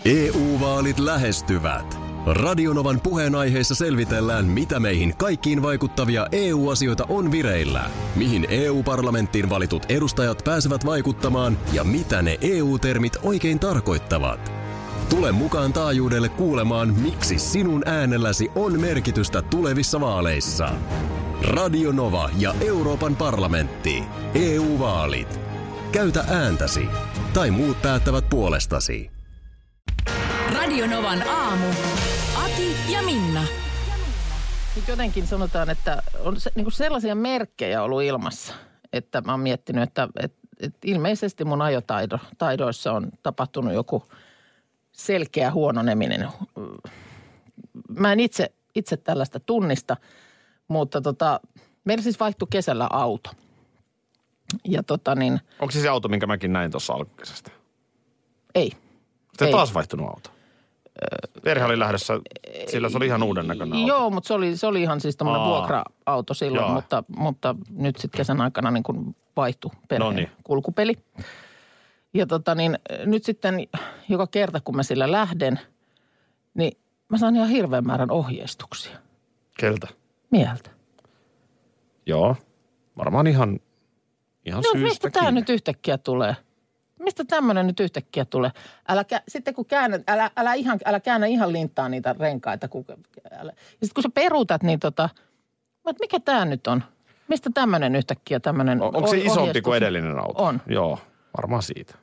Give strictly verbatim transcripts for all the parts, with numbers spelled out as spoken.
E U-vaalit lähestyvät. Radionovan puheenaiheessa selvitellään, mitä meihin kaikkiin vaikuttavia E U-asioita on vireillä, mihin E U-parlamenttiin valitut edustajat pääsevät vaikuttamaan ja mitä ne E U-termit oikein tarkoittavat. Tule mukaan taajuudelle kuulemaan, miksi sinun äänelläsi on merkitystä tulevissa vaaleissa. Radio Nova ja Euroopan parlamentti. E U-vaalit. Käytä ääntäsi. Tai muut päättävät puolestasi. Radio Novan aamu. Ati ja Minna. Nyt jotenkin sanotaan, että on se, niin kuin sellaisia merkkejä ollut ilmassa, että mä oon miettinyt, että, että, että ilmeisesti mun ajotaidoissa on tapahtunut joku selkeä huononeminen. Mä en itse, itse tällaista tunnista, mutta tota, meillä siis vaihtui kesällä auto. Ja tota niin... Onko se se auto, minkä mäkin näin tuossa alkukesästä? Ei. Se ei. taas vaihtunut auto? Perhe oli lähdössä, sillä se oli ihan uuden näköinen auto. Joo, mutta se oli, se oli ihan siis tämmöinen vuokra-auto silloin, mutta, mutta nyt sitten kesän aikana niin kuin vaihtui perheen Noniin. kulkupeli. Ja tota niin, nyt sitten joka kerta, kun mä sillä lähden, niin mä saan ihan hirveän määrän ohjeistuksia. Keltä? Mieltä. Joo, varmaan ihan, ihan No syystäkin. mistä tää nyt yhtäkkiä tulee? Mistä tämmöinen nyt yhtäkkiä tulee? Älä, sitten kun käännät, älä, älä, ihan, älä käännä ihan linttaa niitä renkaita. Kun, älä. Ja sitten kun sä peruutat, niin tota, että mikä tää nyt on? Mistä tämmöinen yhtäkkiä tämmöinen on, onko se isompi ohjeistus kuin edellinen auto? On. Joo, varmaan siitä.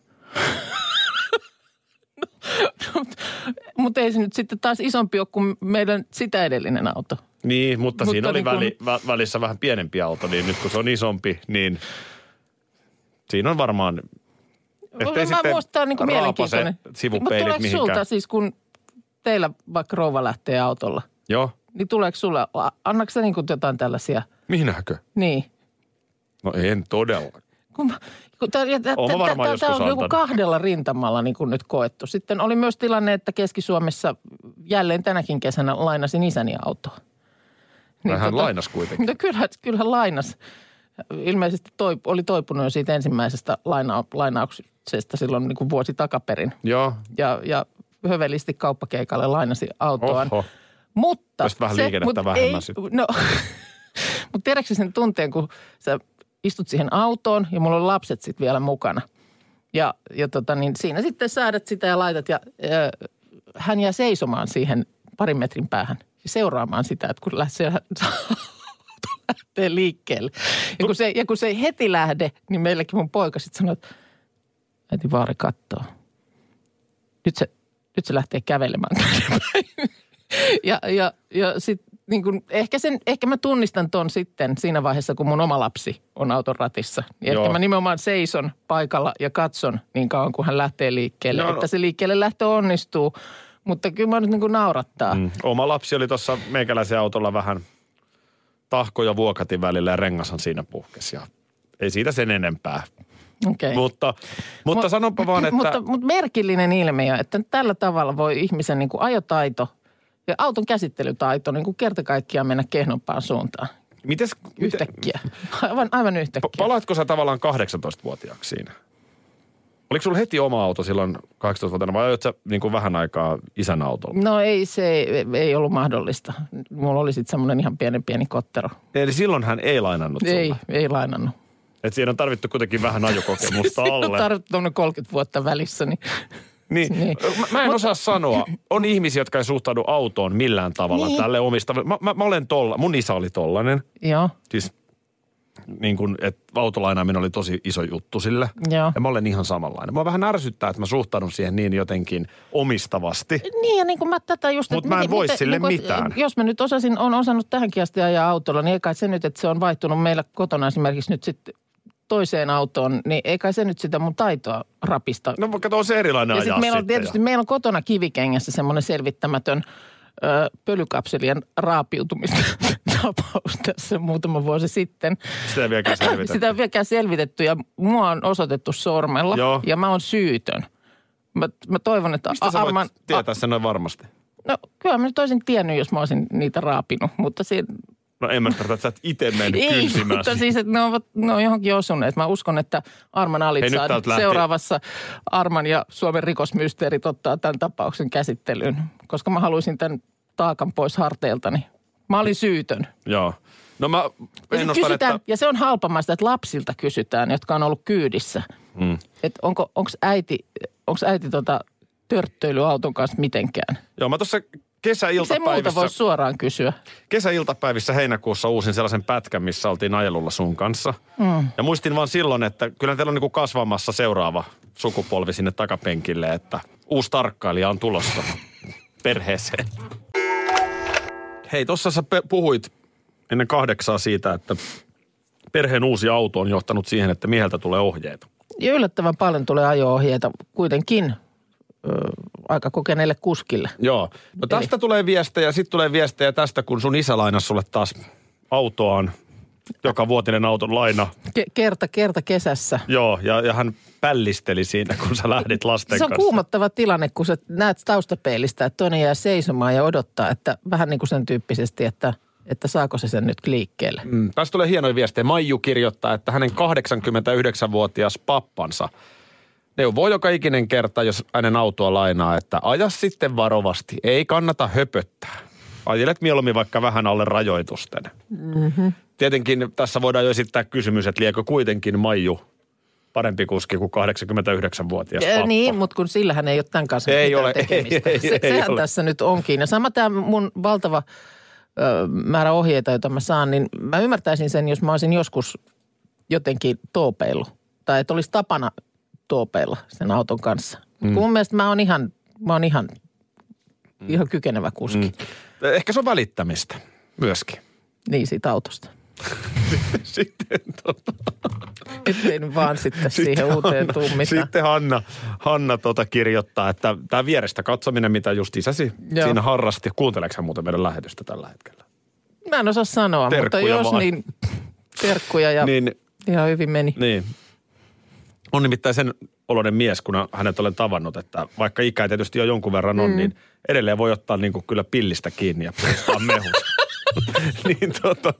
Mutta ei se nyt sitten taas isompi ole kuin meidän sitä edellinen auto. Niin, mutta, mutta siinä oli niin kun... väli, vä, välissä vähän pienempi auto, niin nyt kun se on isompi, niin siinä on varmaan... Ettei mä muistan niin mielenkiintoinen. Sivupeilit mutta tuleeko sulta siis, kun teillä vaikka rouva lähtee autolla? Joo. Niin tuleeko sulla, annatko sä niin kuin jotain tällaisia? Minäkö? Niin. No en todella. Kun, kun tämä on joku kahdella rintamalla niin kuin nyt koettu. Sitten oli myös tilanne, että Keski-Suomessa jälleen tänäkin kesänä lainasin isäni autoa. Niin hän tota, lainas kuitenkin. No kyllähän, kyllähän lainas. Ilmeisesti toip, oli toipunut jo siitä ensimmäisestä laina, lainauksesta silloin niin kuin vuosi takaperin. Joo. Ja, ja hövelisti kauppakeikalle lainasi autoaan. Oho. Mutta Tästä vähän se, liikennettä vähemmän sitten. No, mutta tiedätkö sen tunteen, kun sä istut siihen autoon ja mulla on lapset sitten vielä mukana. Ja, ja tota niin, siinä sitten säädät sitä ja laitat ja, ja hän jää seisomaan siihen parin metrin päähän ja seuraamaan sitä, että kun lähtee, lähtee liikkeelle. Ja kun, se, ja kun se ei heti lähde, niin meilläkin mun poika sitten sanoo, että äiti vaari kattoo. Nyt se, nyt se lähtee kävelemään. ja ja, ja sitten niin kun, ehkä, sen, ehkä mä tunnistan ton sitten siinä vaiheessa, kun mun oma lapsi on auton ratissa. Niin ehkä mä nimenomaan seison paikalla ja katson niin kauan, kun hän lähtee liikkeelle. No, että se liikkeelle lähtö onnistuu, mutta kyllä mä nyt niin kuin naurattaa. Mm. Oma lapsi oli tuossa meikäläisen autolla vähän tahko ja vuokatin välillä ja rengashan siinä puhkesi. Ja ei siitä sen enempää. Okay. Mutta, mutta Mut, sanonpa vaan, että... Mutta, mutta merkillinen ilmiö, että tällä tavalla voi ihmisen niin kuin ajotaito ja auton käsittelytaito niin kuin kerta kaikkiaan mennä kehnompaan suuntaan. Mites? Yhtäkkiä. Aivan, aivan yhtäkkiä. Palaatko sä tavallaan kahdeksantoistavuotiaaksi siinä? Oliko sulla heti oma auto silloin kahdeksantoistavuotiaana vai ajoit sä niin kuin vähän aikaa isän autolla? No ei, se ei, ei ollut mahdollista. Mulla oli sitten semmoinen ihan pieni pieni kottero. Eli silloin hän ei lainannut sulla? Ei, ei lainannut. Että siinä on tarvittu kuitenkin vähän ajokokemusta alle. Siinä on tarvittu tuommoinen kolmekymmentä vuotta välissä, niin... Niin. niin. Mä, mä en Mut, osaa sanoa. On ihmisiä, jotka ei suhtaudu autoon millään tavalla niin. Tälle omista. Mä, mä, mä olen tolla. Mun isä oli tollainen. Joo. Siis niin kuin, että autolainaaminen oli tosi iso juttu sille. Joo. Ja mä olen ihan samanlainen. Mua vähän ärsyttää, että mä suhtaudun siihen niin jotenkin omistavasti. Niin ja niin kuin mä tätä just... Mutta mä en voi sille niin mitään. Jos mä nyt osasin, on osannut tähänkin asti ajaa autolla, niin ei kai se nyt, että se on vaihtunut meillä kotona esimerkiksi nyt sitten toiseen autoon, niin ei kai se nyt sitä mun taitoa rapista. No kato, on se erilainen ja ajaa sit meillä on tietysti, jo. meillä on kotona kivikengässä semmoinen selvittämätön ö, pölykapselien raapiutumista tapaus tässä muutama vuosi sitten. Sitä ei vieläkään selvitetty. Sitä ei vieläkään selvitetty ja mua on osoitettu sormella. Joo. Ja mä oon syytön. Mä, mä toivon, että... Mistä sä Arman, voit tietää sen noin varmasti? No kyllä mä nyt olisin tiennyt, jos mä olisin niitä raapinut, mutta siinä... No en mä tarkoita, että sä et itse mennyt Ei, kynsimään. mutta siis, että ne ovat, ne on johonkin osuneet. Mä uskon, että Arman Alitsaa seuraavassa Arman ja Suomen rikosmysteerit ottaa tämän tapauksen käsittelyyn. Koska mä haluaisin tämän taakan pois harteiltani. Mä olin syytön. Joo. No mä ennustan, kysytään, että... Ja se on halpamasta, että lapsilta kysytään, jotka on ollut kyydissä. Mm. Että onko onko äiti, onko äiti tota törttöilyauton kanssa mitenkään? Joo, mä tuossa kesäiltapäivissä... Se muuta voisi suoraan kysyä. Kesäiltapäivissä heinäkuussa uusin sellaisen pätkän, missä oltiin ajelulla sun kanssa. Mm. Ja muistin vaan silloin, että kyllä teillä on niinku kasvamassa seuraava sukupolvi sinne takapenkille, että uusi tarkkailija on tulossa perheeseen. Hei, tuossa sä puhuit ennen kahdeksaa siitä, että perheen uusi auto on johtanut siihen, että mieheltä tulee ohjeita. Ja yllättävän paljon tulee ajo-ohjeita kuitenkin ö, aika kokeneelle kuskille. Joo. No tästä Eli... tulee viestejä, sitten tulee viestejä tästä, kun sun isä lainasi sulle taas autoaan, joka vuotinen auton laina. Ke- kerta, kerta kesässä. Joo, ja, ja hän pällisteli siinä, kun sä lähdit lasten Se on kanssa. kuumottava tilanne, kun sä näet taustapeilistä, että toinen jää seisomaan ja odottaa, että vähän niin kuin sen tyyppisesti, että, että saako se sen nyt liikkeelle. Mm, tästä tulee hienoja viestejä. Maiju kirjoittaa, että hänen kahdeksankymmentäyhdeksänvuotias pappansa neuvoo joka ikinen kerta, jos hänen autoa lainaa, että aja sitten varovasti, ei kannata höpöttää. Ajelet mieluummin vaikka vähän alle rajoitusten. Mm-hmm. Tietenkin tässä voidaan jo esittää kysymys, että liekö kuitenkin Maiju parempi kuski kuin kahdeksankymmentäyhdeksänvuotias pappa. Niin, mutta kun sillähän ei ole tämän kanssa ei mitään ole, tekemistä. Ei, ei, Se, ei sehän ole. tässä nyt onkin. Ja sama tämä mun valtava ö, määrä ohjeita, joita mä saan, niin mä ymmärtäisin sen, jos mä olisin joskus jotenkin toopeillut. Tai että olisi tapana toopeilla sen auton kanssa. Mm. Kun mun mielestä mä oon ihan, mä oon ihan, mm. ihan kykenevä kuski. Mm. Ehkä se on välittämistä myöskin. Niin, siitä autosta. Sitten tota... Ettei nyt vaan sitten, sitten siihen uuteen Hanna, tuu mitään. Sitten Hanna, Hanna tota kirjoittaa, että tämä vierestä katsominen, mitä just isäsi Joo. siinä harrasti. Kuunteleeko hän muuten meidän lähetystä tällä hetkellä? Mä en osaa sanoa, terkkuja mutta jos vaan. Niin terkkuja ja niin, ihan hyvin meni. Niin. On nimittäin sen oloinen mies, kun hänet olen tavannut, että vaikka ikä tietysti jo jonkun verran on, mm. niin edelleen voi ottaa niin kuin kyllä pillistä kiinni ja puistaa mehut. niin tota...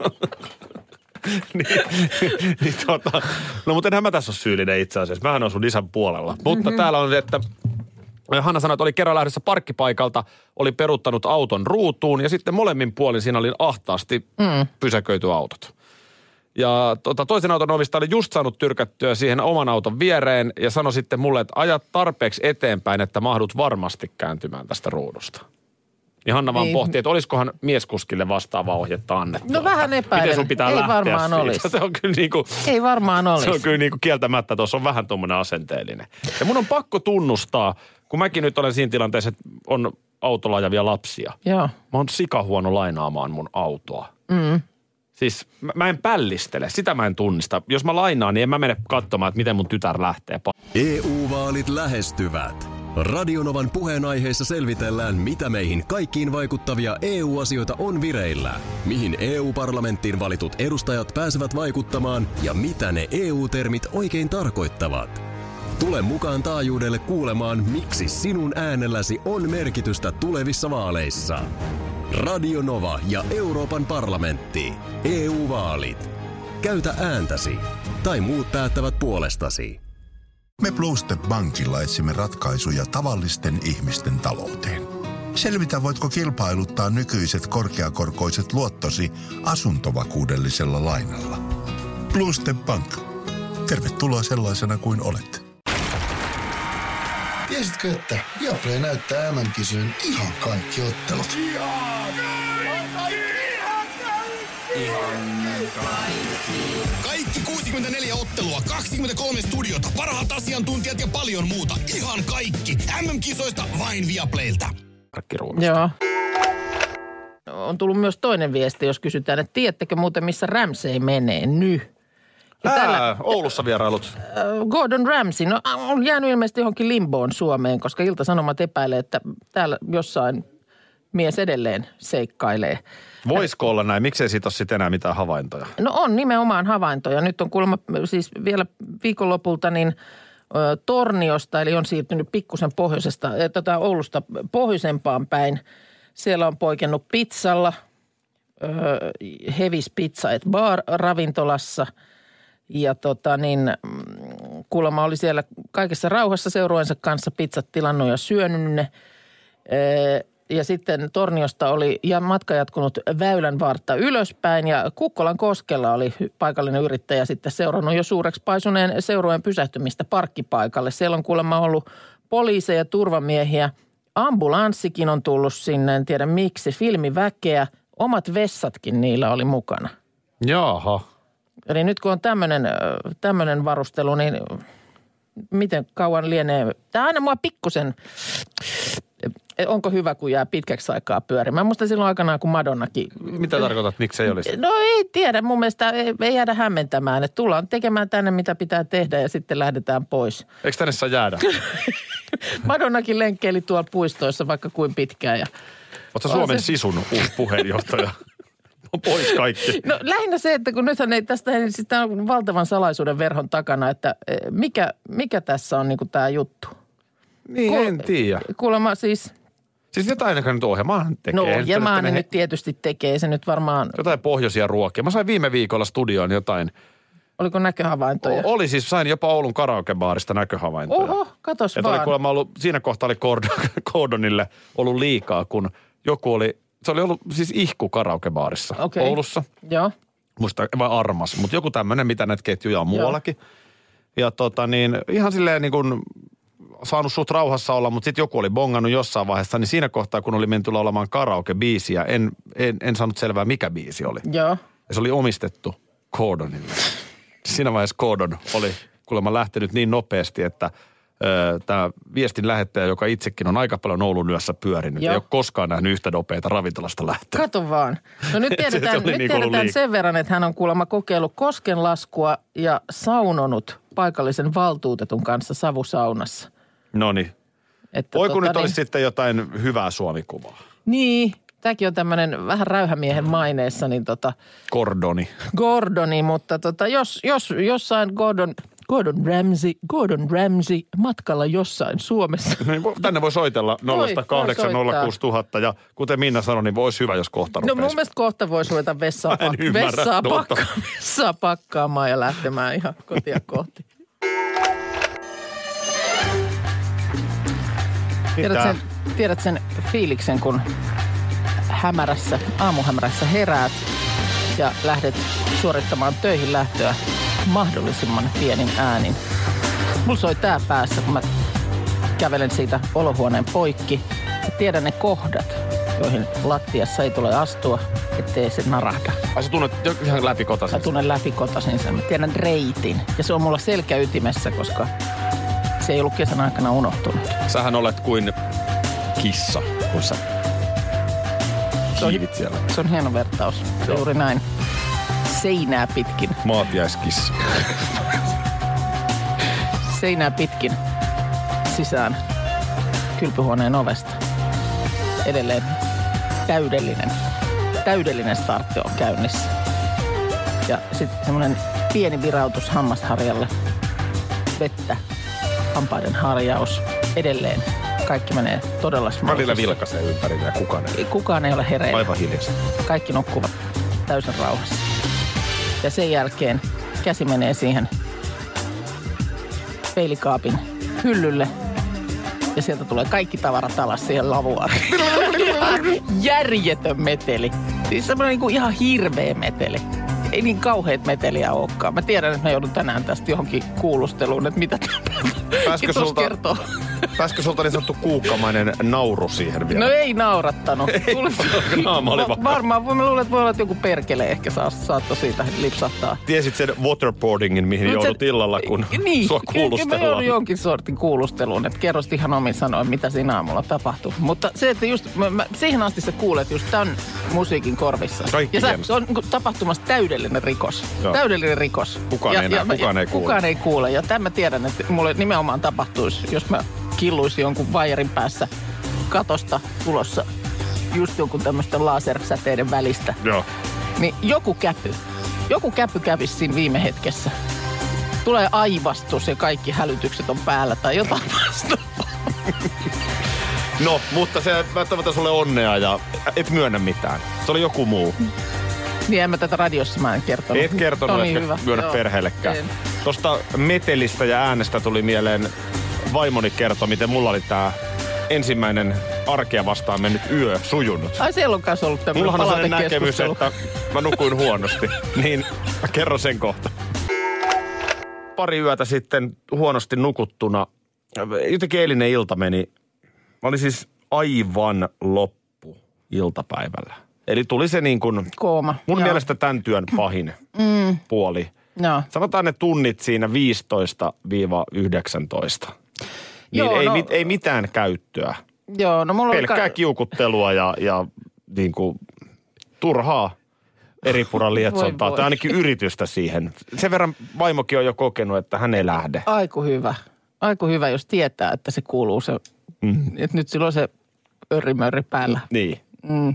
niin, niin tota, no mutta enhän mä tässä ole syyllinen itse asiassa. Mähän on sun isän puolella. Mutta mm-hmm. täällä on, että Hanna sanoi, että oli kerran lähdössä parkkipaikalta, oli peruuttanut auton ruutuun ja sitten molemmin puolin siinä oli ahtaasti mm. pysäköity autot. Ja tota, toisen auton omista oli just saanut tyrkättyä siihen oman auton viereen ja sanoi sitten mulle, että ajat tarpeeksi eteenpäin, että mahdut varmasti kääntymään tästä ruudusta. Niin Hanna vaan niin. pohti, että olisikohan mieskuskille vastaava ohjetta annettu. No vähän epäilen. Miten sun pitää Ei lähteä varmaan siitä? olisi. Se on kyllä niin kuin, Ei varmaan olisi. Se on kyllä niin kuin kieltämättä, tuossa on vähän tuommoinen asenteellinen. Ja mun on pakko tunnustaa, kun mäkin nyt olen siinä tilanteessa, että on autolla ajavia lapsia. Joo. Mä oon sikahuono lainaamaan mun autoa. Mm. Siis mä, mä en pällistele, sitä mä en tunnista. Jos mä lainaan, niin en mä mene katsomaan, että miten mun tytär lähtee. E U-vaalit lähestyvät. Radionovan puheenaiheessa selvitellään, mitä meihin kaikkiin vaikuttavia E U-asioita on vireillä, mihin E U-parlamenttiin valitut edustajat pääsevät vaikuttamaan ja mitä ne E U-termit oikein tarkoittavat. Tule mukaan taajuudelle kuulemaan, miksi sinun äänelläsi on merkitystä tulevissa vaaleissa. Radio Nova ja Euroopan parlamentti. E U-vaalit. Käytä ääntäsi. Tai muut päättävät puolestasi. Me Bluestep Bankilla etsimme ratkaisuja tavallisten ihmisten talouteen. Selvitä, voitko kilpailuttaa nykyiset korkeakorkoiset luottosi asuntovakuudellisella lainalla. Bluestep Bank. Tervetuloa sellaisena kuin olet. Tiesitkö, että Viaplay näyttää M M-kisojen ihan kaikki ottelut? Ihan kaikki. Kaikki kuusikymmentäneljä ottelua, kaksikymmentäkolme studiota, parhaat asiantuntijat ja paljon muuta. Ihan kaikki. M M-kisoista vain Viaplaylta. Joo. On tullut myös toinen viesti, jos kysytään, että tiedättekö muuten, missä Ramsay menee nyt? Ää, tällä, Oulussa vierailut. Gordon Ramsay, no on jäänyt ilmeisesti johonkin limboon Suomeen, koska Ilta-Sanomat epäilee, että täällä jossain mies edelleen seikkailee. Voisiko olla näin? Miksei siitä ole sitten enää mitään havaintoja? No on nimenomaan havaintoja. Nyt on kuulemma siis vielä viikonlopulta niin ö, Torniosta, eli on siirtynyt pikkusen pohjoisesta, äh, tota Oulusta pohjoisempaan päin. Siellä on poikennut pizzalla, öö, Hevis Pizza et Bar ravintolassa. Ja tota niin, kuulemma oli siellä kaikessa rauhassa seurueensa kanssa pizzat tilannut ja syönyt ne. Öö, Ja sitten Torniosta oli ja matka jatkunut väylän vartta ylöspäin ja Kukkolan koskella oli paikallinen yrittäjä sitten seurannut jo suureksi paisuneen seurueen pysähtymistä parkkipaikalle. Siellä on kuulemma ollut poliiseja, turvamiehiä, ambulanssikin on tullut sinne, en tiedä miksi, filmiväkeä, omat vessatkin niillä oli mukana. Jaha. Eli nyt kun on tämmöinen, tämmöinen varustelu, niin miten kauan lienee, tämä aina mua pikkusen... Onko hyvä, kun jää pitkäksi aikaa pyörimään? Musta silloin aikanaan, kun Madonnakin... Mitä tarkoitat, miksi ei olisi? No ei tiedä. Mun mielestä ei, ei jäädä hämmentämään. Että tullaan tekemään tänne, mitä pitää tehdä ja sitten lähdetään pois. Eikö tänne saa jäädä? Madonnakin lenkkeili tuolla puistoissa vaikka kuin pitkään. Ja... Oletko Suomen se... Sisun uusi puheenjohtaja? On pois kaikki. No lähinnä se, että kun nythän ei tästä, siis tämä on valtavan salaisuuden verhon takana, että mikä, mikä tässä on niin kuin tämä juttu? Niin, Kuul... en tiedä. Kuulemma siis... Siis jotain ainakaan nyt ohjelmaa tekee. No ohjelmaa ne he... nyt tietysti tekee, se nyt varmaan... Jotain pohjoisia ruokia. Mä sain viime viikolla studioon jotain... Oliko näköhavaintoja? O- oli siis, sain jopa Oulun karaokebaarista näköhavaintoja. Oho, katos ja vaan. Oli kuulemma ollut, siinä kohtaa oli Gordonille ollut liikaa, kun joku oli... Se oli ollut siis ihku karaokebaarissa okay. Oulussa. Joo. Musta vai Armas, mutta joku tämmöinen, mitä näitä ketjuja on muuallakin. Joo. Ja tota niin, ihan silleen niin kuin... saanut suht rauhassa olla, mutta sitten joku oli bongannut jossain vaiheessa, niin siinä kohtaa, kun oli menty laulamaan karaoke-biisiä, en, en, en saanut selvää, mikä biisi oli. Joo. Ja se oli omistettu Gordonille. Siinä vaiheessa Gordon oli kuulemma lähtenyt niin nopeasti, että tämä viestin lähettäjä, joka itsekin on aika paljon Oulun yössä pyörinyt, Joo. ei ole koskaan nähnyt yhtä nopeata ravintolasta lähtöä. Kato vaan. No nyt tiedetään, nyt niin tiedetään sen verran, että hän on kuulemma kokeillut koskenlaskua ja saunonut paikallisen valtuutetun kanssa savusaunassa. Noniin. Voiko tota, nyt niin, olisi sitten jotain hyvää Suomi-kuvaa? Niin, tämäkin on tämmöinen vähän räyhämiehen maineessa, niin tota... Gordoni. Gordoni, mutta tota, jos, jos jossain Gordon, Gordon Ramsay, Gordon Ramsay matkalla jossain Suomessa. Tänne voi soitella nolla kahdeksan nolla kuusi nolla nolla nolla ja kuten Minna sanoi, niin voisi hyvä, jos kohta rupeisi. No mun mielestä kohta voisi ruveta vessaa, pak- vessaa, pakka- vessaa pakkaamaan ja lähtemään ihan kotia kohti. Tiedät sen, tiedät sen fiiliksen, kun hämärässä, aamuhämärässä heräät ja lähdet suorittamaan töihin lähtöä mahdollisimman pienin äänin. Mulla soi tää päässä, kun mä kävelen siitä olohuoneen poikki. Ja tiedän ne kohdat, joihin lattiassa ei tule astua, ettei se narahda. Ai sä tunnet ihan läpikotaisen? Mä tunnen läpikotaisen sen. Mä tiedän reitin. Ja se on mulla selkäytimessä, koska se ei ollut kesän aikana unohtunut. Sähän olet kuin kissa, kun sä hiivit siellä. Se on hieno vertaus. Joo. Juuri näin. Seinää pitkin. Maatiaiskissa. Seinää pitkin sisään kylpyhuoneen ovesta. Edelleen täydellinen, täydellinen startti on käynnissä. Ja sitten semmoinen pieni virautus hammasharjalle. Vettä, hampaiden harjaus. Edelleen kaikki menee todella smoothisti. Välillä vilkaisee ympärillä ja kukaan ei. Kukaan ei ole hereillä. Aivan hiljaisesti. Kaikki nukkuvat täysin rauhassa. Ja sen jälkeen käsi menee siihen peilikaapin hyllylle. Ja sieltä tulee kaikki tavarat alas siihen lavuaariin. Järjetön meteli. Siis semmoinen niin kuin ihan hirveä meteli. Ei niin kauheat meteliä olekaan. Mä tiedän, että mä joudun tänään tästä johonkin kuulusteluun, että mitä Pääskö sulta, kertoo. Pääskö sulta niin sanottu kuukkamainen nauru siihen vielä? No ei naurattanut. Ei, Tuli, naama oli va- varmaan. Mä luulen, että voi olla, että joku perkele ehkä saa, saattoi siitä lipsahtaa. Tiesit sen waterboardingin, mihin no, joudut sen, illalla, kun niin, sua kuulustellaan. Mä joudun jonkin sortin kuulusteluun, että kerrosti ihan omin sanoin, mitä siinä aamulla tapahtui. Mutta se, että just, mä, mä, siihen asti sä kuulet just tämän musiikin korvissa. Kaikki ja sä, se on tapahtumassa täydellinen rikos. Joo. Täydellinen rikos. Kukaan ja, ei näe, ja, kukaan ja, ei kuule. Kukaan ei kuule. Ja tämän mä tiedän, että mulle nimenomaan tapahtuisi, jos mä killuisin jonkun vaijarin päässä katosta tulossa just jonkun tämmöisten lasersäteiden välistä. Joo. Niin joku käpy, joku käpy kävisi siinä viime hetkessä. Tulee aivastus ja kaikki hälytykset on päällä tai jotain vastaavaa. No, mutta se mä toivotan sulle onnea ja et myönnä mitään. Se oli joku muu. Niin en mä tätä radiossa mä en kertonut. Et kertonut, no niin, etkä hyvä. myönnä Joo, perheellekään. en. Tuosta metelistä ja äänestä tuli mieleen vaimoni kertoi, miten mulla oli tää ensimmäinen arkea vastaan mennyt yö sujunut. Ai siellä on kanssa ollut tämmöinen Mullahan on sellainen näkemys, palautekeskustelu. että mä nukuin huonosti. Niin mä kerron sen kohta. Pari yötä sitten huonosti nukuttuna. Jotenkin eilinen ilta meni. Mä olin siis aivan loppu iltapäivällä. Eli tuli se niin kuin Kooma. mun Joo. mielestä tämän työn pahin mm. puoli. Joo. Sanotaan ne tunnit siinä viisitoista yhdeksäntoista. Niin Joo, ei, no- mit, ei mitään käyttöä. Joo, no mulla Pelkkää oli... kiukuttelua ja, ja niin kuin turhaa eripuran lietsontaa. Voi voi. Tai ainakin yritystä siihen. Sen verran vaimokin on jo kokenut, että hän ei lähde. Aiku hyvä. Aiku hyvä, jos tietää, että se kuuluu se... Mm. Että nyt silloin se örrimörri päällä. Niin. Mm.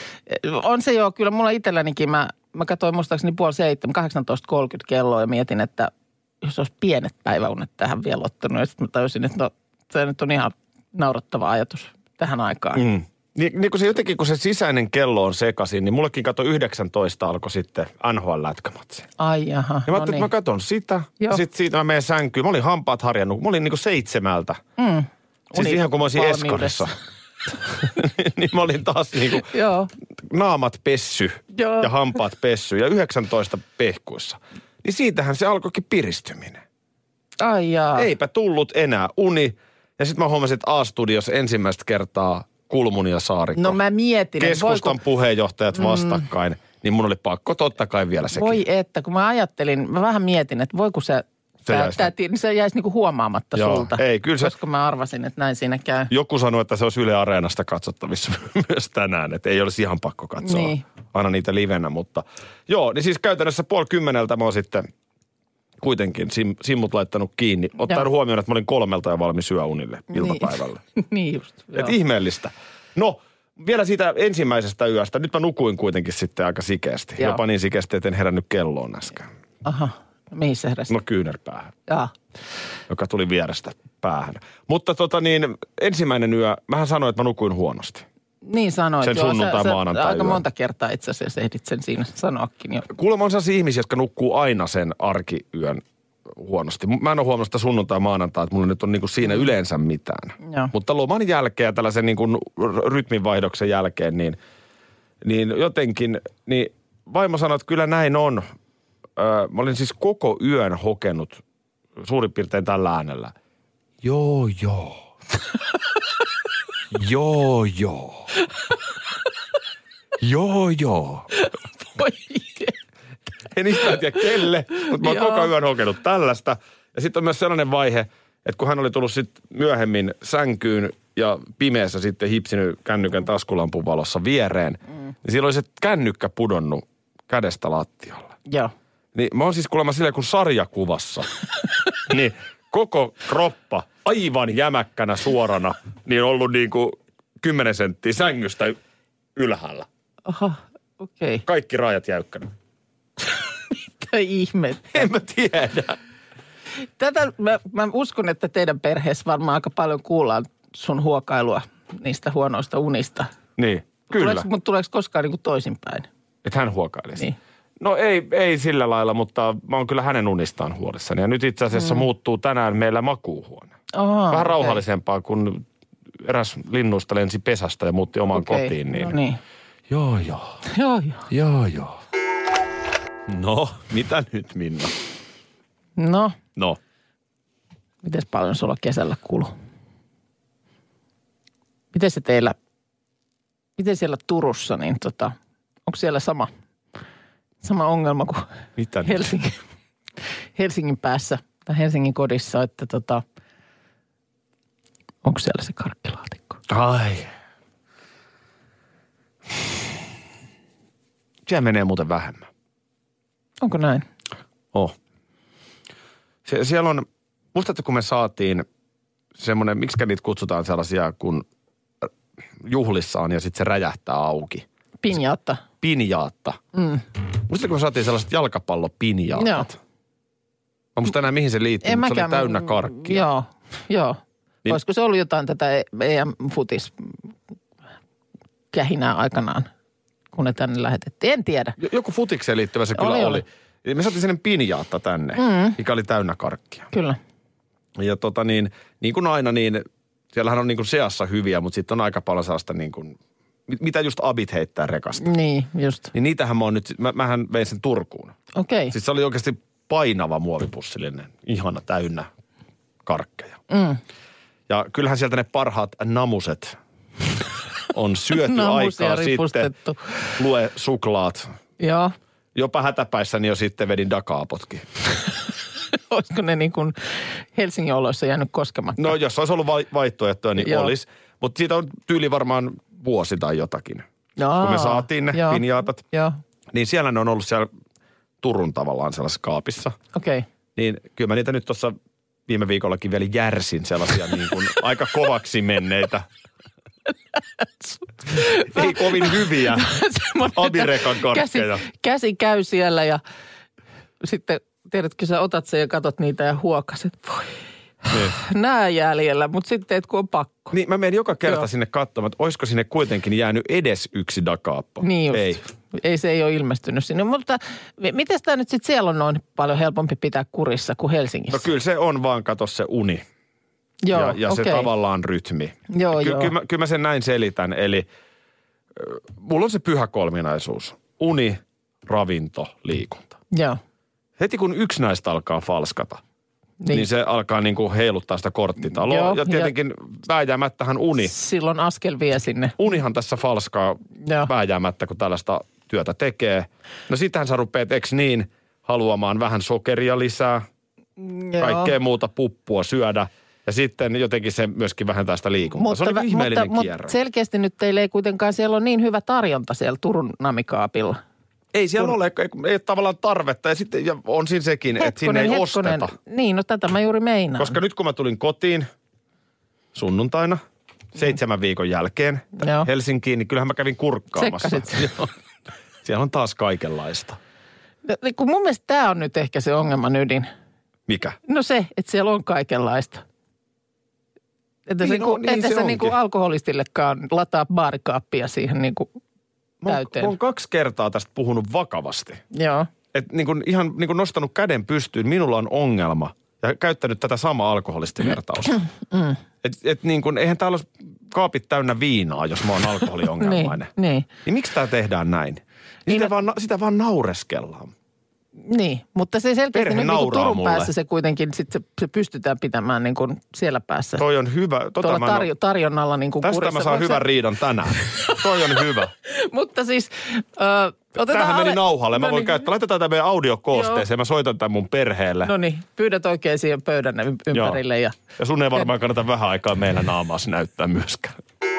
On se joo, kyllä mulla itsellänikin, mä, mä katsoin muistaakseni puoli seitsemän, kahdeksantoista kolmekymmentä kelloa ja mietin, että jos olisi pienet päiväunet tähän vielä ottanut. Ja sitten mä tajusin, että no, se nyt on ihan naurattava ajatus tähän aikaan. Mm. Niin, niin kun se jotenkin, kun se sisäinen kello on sekaisin, niin mullekin kato yhdeksäntoista alkoi sitten N H L-lätkämatsi. Ai jaha, Ja mä no ajattelin, niin. että mä katson sitä, Joo. ja sitten siitä mä menen sänkyyn. Mä olin hampaat harjannut, mä olin niinku seitsemältä. Mm. Siis ihan kuin mä olisin Univalmiudessa. eskarissa. Niin mä olin taas niinku Joo. naamat pessy Joo. ja hampaat pessy ja yhdeksäntoista pehkuissa. Niin siitähän se alkoikin piristyminen. Ai jaa. Eipä tullut enää uni. Ja sitten mä huomasin, että A-studiossa ensimmäistä kertaa Kulmuni ja Saarikko. No mä mietin, että Keskustan voiko... puheenjohtajat vastakkain. Mm. Niin mun oli pakko totta kai vielä sekin. Voi että, kun mä ajattelin, mä vähän mietin, että voiko se... Se Tää, jäisi- tää, niin se jäisi niinku huomaamatta Joo, sulta. ei, kyllä se- Koska mä arvasin, että näin siinä käy. Joku sanoi, että se olisi Yle Areenasta katsottavissa myös tänään, että ei olisi ihan pakko katsoa Niin. aina niitä livenä, mutta joo, niin siis käytännössä puoli kymmeneltä mä oon sitten kuitenkin sim, simmut laittanut kiinni, ottaen Joo. huomioon, että mä olin kolmelta jo valmis yöunille iltapäivällä. Niin, niin just. Joo. Et ihmeellistä. No, vielä siitä ensimmäisestä yöstä. Nyt mä nukuin kuitenkin sitten aika sikeästi. Joo. Jopa niin sikeästi, että en herännyt kelloon äsken. Aha, no mihin se heräsi? No kyynärpäähän, Jaa. joka tuli vierestä päähän. Mutta tota niin, ensimmäinen yö, mähän sanoin, että mä nukuin huonosti. Niin sanoit. Sen joo, sunnuntai- sä- sä maanantai Aika yö. monta kertaa itse asiassa ehdit sen siinä sanoakin jo. Kuulemma on sellaisia ihmisiä, jotka nukkuu aina sen arkiyön huonosti. Mä en ole huomannut sitä sunnuntai maanantai, että mulla nyt on niinku siinä yleensä mitään. Joo. Mutta loman jälkeen ja tällaisen niinku r- rytminvaihdoksen jälkeen, niin, niin jotenkin, niin vaimo sanoi, että kyllä näin on. Öö, mä olin siis koko yön hokenut suurin piirtein tällä äänellä. Joo, joo. joo, joo. joo, joo. Voi En yhtään tiedä kelle, mutta mä oon Joo. koko yön hokenut tällaista. Ja sitten on myös sellainen vaihe, että kun hän oli tullut sitten myöhemmin sänkyyn ja pimeässä sitten hipsinyt kännykän taskulampun valossa viereen, mm. niin silloin oli se kännykkä pudonnut kädestä lattialle. Joo. Niin mä oon siis kuulemma silleen kuin sarjakuvassa. niin koko kroppa aivan jämäkkänä suorana, niin ollut niin kuin kymmenen senttiä sängystä ylhäällä. Aha, okei. Okay. Kaikki raajat jäykkänä. Mitä ihmettä. En mä tiedä. Tätä, mä, mä uskon, että teidän perheessä varmaan aika paljon kuullaan sun huokailua niistä huonoista unista. Niin, kyllä. Tuleeko, mutta tuleeko koskaan niin kuin toisinpäin? Että hän huokailisi. Niin. No ei, ei sillä lailla, mutta mä oon kyllä hänen unistaan huolissani. Ja nyt itse asiassa mm. muuttuu tänään meillä makuuhuone. Aha, Vähän okei. rauhallisempaa, kun eräs linnuista lensi pesästä ja muutti omaan Okei, kotiin. Niin. No niin. Joo, joo. Joo, joo. Joo, joo. No, mitä nyt, Minna? No, No, mites paljon sulla kesällä kuluu? Miten se teillä, miten siellä Turussa, niin tota, onko siellä sama, sama ongelma kuin mitä nyt? Helsingin, Helsingin päässä tai Helsingin kodissa, että tota, onko siellä se karkkilaatikko? Ai. Siellä menee muuten vähemmän. Onko näin? Oh. Sie- siellä on, muistatko kun me saatiin semmoinen, miksikä niitä kutsutaan sellaisia, kun juhlissa on ja sitten se räjähtää auki. Pinjaatta. Pinjaatta. Mm. Muistatko kun me saatiin sellaiset jalkapallopinjaatat? Joo. Mä muista enää mihin se liittyy, En mutta se mäkään- oli täynnä karkkia. Joo, joo. Niin. Olisiko se ollut jotain tätä E M-futis kähinää aikanaan, kun ne tänne lähetettiin? En tiedä. Joku futikseen liittyvä se kyllä oli. oli. Me saatiin sinne pinjaatta tänne, mm. mikä oli täynnä karkkia. Kyllä. Ja tota niin, niin kuin aina niin, siellähän on niin kuin seassa hyviä, mutta sitten on aika paljon sellaista niin kuin, mitä just abit heittää rekasta. Niin, just. Niin niitähän mä oon nyt, mä, mähän vein sen Turkuun. Okei. Okay. Siis se oli oikeasti painava muovipussillinen, ihana täynnä karkkeja. Mm. Ja kyllähän sieltä ne parhaat namuset on syöty aikaa sitten. Lue suklaat. Joo. Jopa hätäpäissäni jo sitten vedin Dakaapotkin. Olisiko ne niin kuin Helsingin oloissa jäänyt koskematta? No jos olisi ollut vaihtoehtoja, niin Joo. olisi. Mutta siitä on tyyli varmaan vuosi tai jotakin. Jaa. Kun me saatiin ne Joo. pinjaatat. Joo. Niin siellä ne on ollut siellä Turun tavallaan sellaisessa kaapissa. Okei. Okay. Niin kyllä mä niitä nyt tuossa viime viikollakin vielä järsin sellaisia niin kuin aika kovaksi menneitä. Ei kovin hyviä abirekan karkkeja. Käsi, käsi käy siellä ja sitten tiedätkö sä otat sen ja katot niitä ja huokaset. Voi, niin. Nää jäljellä, mutta sitten teet kun on pakko. Niin mä menen joka kerta Joo. sinne katsomaan, että olisiko sinne kuitenkin jäänyt edes yksi Dakaappo. Niin just. Ei. Ei se ei ole ilmestynyt sinne, mutta miten tämä nyt sitten siellä on noin paljon helpompi pitää kurissa kuin Helsingissä? No kyllä se on vaan, kato se uni. Joo, ja ja okay. se tavallaan rytmi. Joo, Ky- joo. Kyllä mä, kyllä mä sen näin selitän. Eli äh, mulla on se pyhä kolminaisuus. Uni, ravinto, liikunta. Joo. Heti kun yksi näistä alkaa falskata, niin, niin se alkaa niin kuin heiluttaa sitä korttitaloa. Joo, ja tietenkin ja vääjäämättähän uni. Silloin askel vie sinne. Unihan tässä falskaa Joo. vääjäämättä, kun tällaista työtä tekee. No sitähän sä rupeat, eks niin, haluamaan vähän sokeria lisää, Joo. kaikkea muuta puppua syödä. Ja sitten jotenkin se myöskin vähentää sitä liikuntaa. Mutta, se on niin ihmeellinen mutta, kierre. Mutta selkeästi nyt teille ei kuitenkaan, siellä on niin hyvä tarjonta siellä Turun namikaapilla. Ei siellä kun ole, ei, ei ole tavallaan tarvetta ja sitten ja on siinä sekin, hetkonen, että siinä ei hetkonen. osteta. Niin, no tätä mä juuri meinaan. Koska nyt kun mä tulin kotiin sunnuntaina seitsemän viikon jälkeen Joo. Helsinkiin, niin kyllähän mä kävin kurkkaamassa. Tsekkasit. Siellä on taas kaikenlaista. No, kun mun mielestä tämä on nyt ehkä se ongelman ydin. Mikä? No se, että siellä on kaikenlaista. Että niin, se, no, kun, niin että se se niin kuin alkoholistillekaan lataa baarikaappia siihen niin kuin täyteen. Mä oon kaksi kertaa tästä puhunut vakavasti. Joo. Että niin kuin ihan niin kuin nostanut käden pystyyn, minulla on ongelma. Ja käyttänyt tätä samaa alkoholistivertausta. Mm. Että et niin kuin, eihän täällä olisi kaapit täynnä viinaa, jos mä oon alkoholiongelmainen. niin, niin. Niin miksi tää tehdään näin? Niin sitä, no, vaan, sitä vaan naureskellaan. Niin, mutta se selkeästi nyt niin Turun mulle. päässä se kuitenkin, sit se, se pystytään pitämään niin kuin siellä päässä. Toi on hyvä. Tota Tuolla tarjo, no, tarjonnalla niin kuin tästä kurissa. Tästä mä saan hyvän se riidan tänään. Toi on hyvä. Mutta siis, ö, otetaan Tämähän meni ale... nauhalle. Mä no voin niin. käyttää. Laitetaan tämä meidän audiokoosteeseen. Mä soitan tämän mun perheelle. No niin, pyydät oikein siihen pöydän ympärille. Ja, ja sun ei varmaan kannata vähän aikaa meillä naamaasi näyttää myöskään.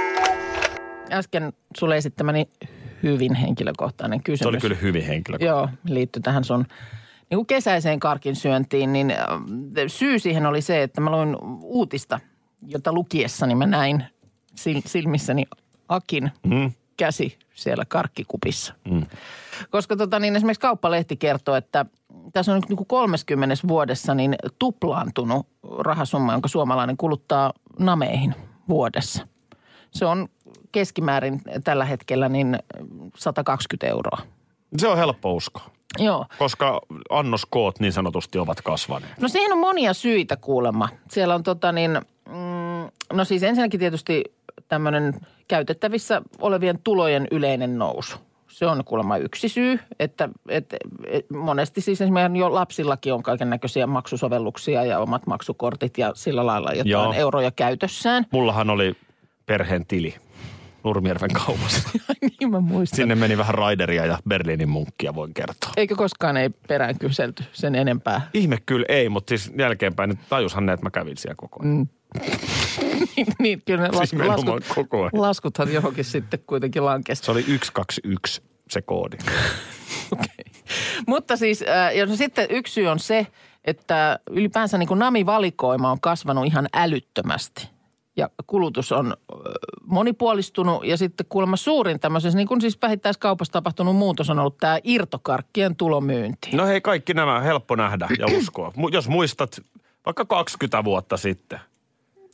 Äsken sulle esittämäni hyvin henkilökohtainen kysymys. Se oli kyllä hyvin henkilökohtainen. Joo, liittyi tähän sun niin kuin kesäiseen karkin syöntiin, niin syy siihen oli se, että mä luin uutista, jota lukiessani mä näin silmissäni Akin mm. käsi siellä karkkikupissa. Mm. Koska tota, niin esimerkiksi Kauppalehti kertoo, että tässä on niin kuin kolmekymmentä vuodessa niin tuplaantunut rahasumma, jonka suomalainen kuluttaa nameihin vuodessa. Se on keskimäärin tällä hetkellä niin sata kaksikymmentä euroa. Se on helppo uskoa. Joo. Koska annoskoot niin sanotusti ovat kasvaneet. No siihen on monia syitä kuulemma. Siellä on tota niin, mm, no siis ensinnäkin tietysti tämmöinen käytettävissä olevien tulojen yleinen nousu. Se on kuulemma yksi syy, että, että, että monesti siis esimerkiksi jo lapsillakin on kaiken näköisiä maksusovelluksia ja omat maksukortit ja sillä lailla jotain Joo. euroja käytössään. Mullahan oli perheen tili Nurmijärven kaupassa. Niin mä muistan. Sinne meni vähän Raideria ja Berliinin munkkia, voin kertoa. Eikö koskaan ei perään kyselty sen enempää? Ihme kyllä ei, mutta siis jälkeenpäin nyt tajushan ne, että mä kävin siellä koko ajan. Mm. niin, niin, kyllä ne siis lasku, laskut, koko ajan. laskuthan johonkin sitten kuitenkin lankesi. Se oli yksi kaksi yksi se koodi. Okay. Mutta siis, ja no sitten yksi syy on se, että ylipäänsä niin kuin namivalikoima on kasvanut ihan älyttömästi. Ja kulutus on monipuolistunut ja sitten kuulemma suurin tämmöisessä, niin kuin siis vähittäiskaupassa tapahtunut muutos on ollut tämä irtokarkkien tulomyynti. No hei, kaikki nämä helppo nähdä ja uskoa. Jos muistat vaikka kaksikymmentä vuotta sitten.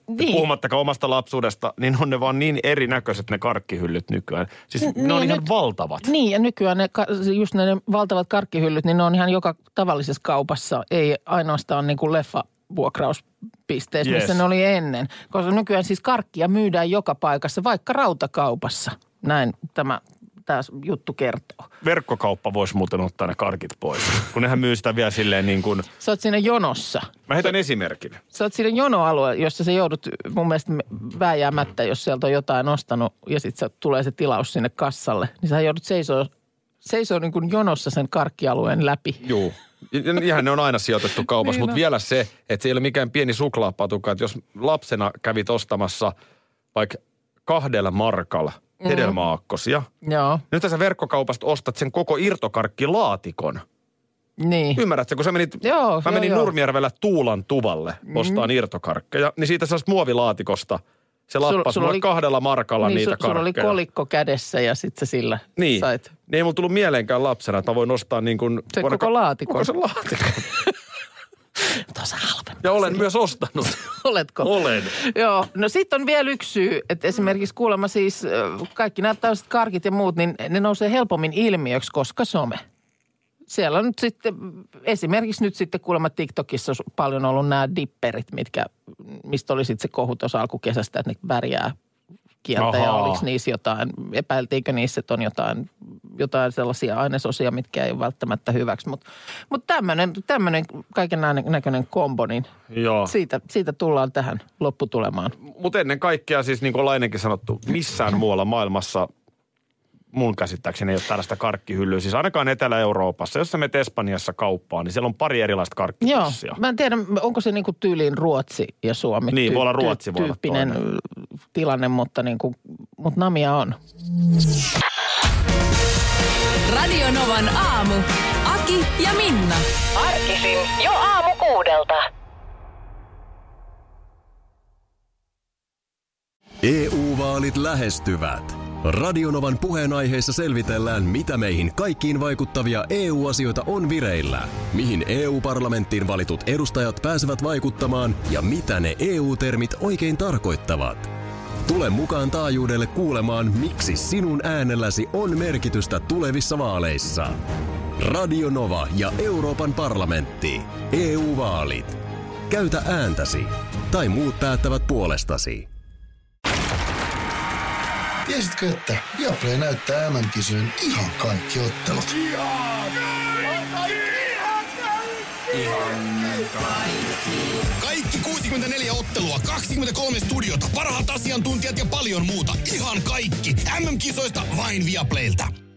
Niin. Puhumattakaan omasta lapsuudesta, niin on ne vaan niin erinäköiset ne karkkihyllyt nykyään. Siis niin, ne on ihan nyt, valtavat. Niin, ja nykyään ne, just ne valtavat karkkihyllyt, niin ne on ihan joka tavallisessa kaupassa, ei ainoastaan niin kuin leffavuokrauspisteissä, yes. missä ne oli ennen. Koska nykyään siis karkkia myydään joka paikassa, vaikka rautakaupassa. Näin tämä, tämä juttu kertoo. Verkkokauppa voisi muuten ottaa ne karkit pois, kun nehän myy sitä vielä silleen niin kuin... Sä oot siinä jonossa. Mä heitän esimerkin. Sä oot siinä jonoalue, jossa sä joudut mun mielestä vääjäämättä, jos sieltä on jotain ostanut ja sitten tulee se tilaus sinne kassalle, niin sä joudut seisoo, seisoo niin kuin jonossa sen karkkialueen läpi. Joo. Ihan ne on aina sijoitettu kaupassa, niin mutta no. vielä se, että se ei ole mikään pieni suklaapatuka, että jos lapsena kävit ostamassa vaikka kahdella markalla hedelmäaakkosia, mm. Joo. nyt sä verkkokaupasta ostat sen koko irtokarkkilaatikon. Niin. Ymmärrätkö, kun sä menit, joo, mä menin joo, Nurmijärvellä Tuulan tuvalle mm. ostaan irtokarkkeja, niin siitä sellaista muovilaatikosta se lappasi mulle kahdella markalla niin, niitä su, karkkeja. Sulla oli kolikko kädessä ja sitten sä sillä niin. sait. Niin ei mulla tullut mieleenkään lapsena, että mä voin ostaa niin kuin... Se koko ka- laatikon. Koko sen laatikon. Tuossa halvemmin. Ja olen myös ostanut. Oletko? Olen. Joo, no sitten on vielä yksi syy, että esimerkiksi kuulemma siis kaikki nämä tällaiset karkit ja muut, niin ne nousee helpommin ilmiöksi, koska some. Siellä on nyt sitten, esimerkiksi nyt sitten kuulemma TikTokissa on paljon ollut nämä dipperit, mitkä, mistä oli sitten se kohu tuossa alkukesästä, että ne värjää kieltä. Ahaa. Ja oliko niissä jotain, epäiltiinkö niissä, että on jotain, jotain sellaisia ainesosia, mitkä ei ole välttämättä hyväksi. Mutta mut tämmöinen, tämmöinen kaiken näköinen kombo, niin Joo. Siitä, siitä tullaan tähän lopputulemaan. Mutta ennen kaikkea siis niin kuin ollaan ennenkin sanottu, missään muualla maailmassa mun käsittääkseni ei ole tällaista karkkihyllyä. Siis ainakaan Etelä-Euroopassa, jos sä menet Espanjassa kauppaan, niin siellä on pari erilaista karkkipussia. Joo, mä en tiedä, onko se niin kuin tyyliin Ruotsi ja Suomi. Niin, ty- voi olla Ruotsi, ty- voi olla tyyppinen toinen. tilanne, mutta, niin kuin, mutta namia on. Radio Novan aamu. Aki ja Minna. Arkisin jo aamu kuudelta. E U-vaalit lähestyvät. Radionovan puheenaiheessa selvitellään, mitä meihin kaikkiin vaikuttavia E U-asioita on vireillä, mihin E U-parlamenttiin valitut edustajat pääsevät vaikuttamaan ja mitä ne E U-termit oikein tarkoittavat. Tule mukaan taajuudelle kuulemaan, miksi sinun äänelläsi on merkitystä tulevissa vaaleissa. Radio Nova ja Euroopan parlamentti. E U-vaalit. Käytä ääntäsi. Tai muut päättävät puolestasi. Tiesitkö, että Viaplay näyttää M M-kisojen ihan kaikki ottelut? Kaikki kuusikymmentäneljä ottelua, kaksikymmentäkolme studiota, parhaat asiantuntijat ja paljon muuta. Ihan kaikki. M M-kisoista vain Viaplaylta.